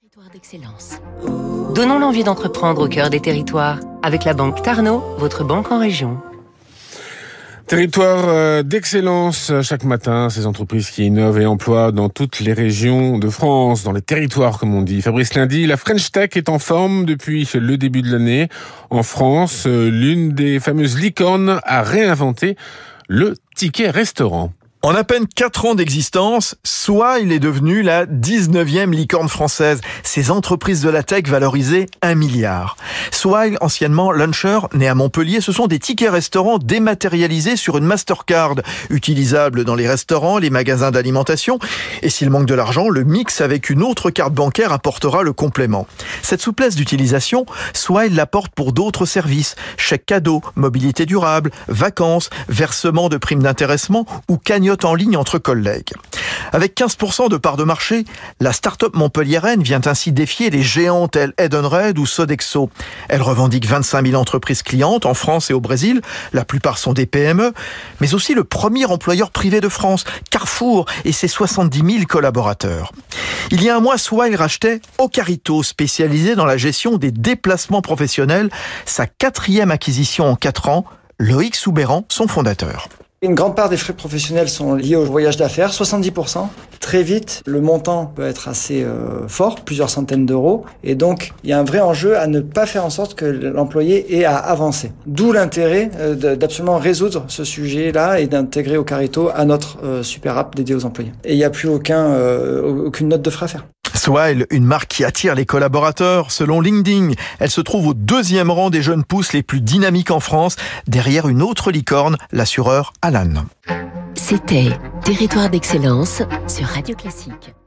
Territoire d'excellence. Donnons l'envie d'entreprendre au cœur des territoires avec la banque Tarno, votre banque en région. Territoire d'excellence chaque matin, ces entreprises qui innovent et emploient dans toutes les régions de France, dans les territoires comme on dit. Fabrice Lundy, la French Tech est en forme depuis le début de l'année. En France, l'une des fameuses licornes a réinventé le ticket restaurant. En à peine 4 ans d'existence, Swile est devenue la 19e licorne française. Ces entreprises de la tech valorisées 1 milliard. Swile, anciennement Luncher, né à Montpellier, ce sont des tickets restaurants dématérialisés sur une Mastercard, utilisables dans les restaurants, les magasins d'alimentation. Et s'il manque de l'argent, le mix avec une autre carte bancaire apportera le complément. Cette souplesse d'utilisation, Swile l'apporte pour d'autres services. Chèques cadeaux, mobilité durable, vacances, versement de primes d'intéressement ou cagnotte en ligne entre collègues. Avec 15% de part de marché, la start-up montpelliéraine vient ainsi défier les géants tels Edenred ou Sodexo. Elle revendique 25 000 entreprises clientes en France et au Brésil. La plupart sont des PME, mais aussi le premier employeur privé de France, Carrefour, et ses 70 000 collaborateurs. Il y a un mois, Swile rachetait Ocarito, spécialisé dans la gestion des déplacements professionnels, sa 4e acquisition en 4 ans. Loïc Soubéran, son fondateur. Une grande part des frais professionnels sont liés au voyage d'affaires, 70%. Très vite, le montant peut être assez fort, plusieurs centaines d'euros. Et donc, il y a un vrai enjeu à ne pas faire en sorte que l'employé ait à avancer. D'où l'intérêt d'absolument résoudre ce sujet-là et d'intégrer Ocarito à notre super app dédiée aux employés. Et il n'y a plus aucune note de frais à faire. Swile, une marque qui attire les collaborateurs. Selon LinkedIn, elle se trouve au 2e rang des jeunes pousses les plus dynamiques en France, derrière une autre licorne, l'assureur Alan. C'était Territoire d'excellence sur Radio Classique.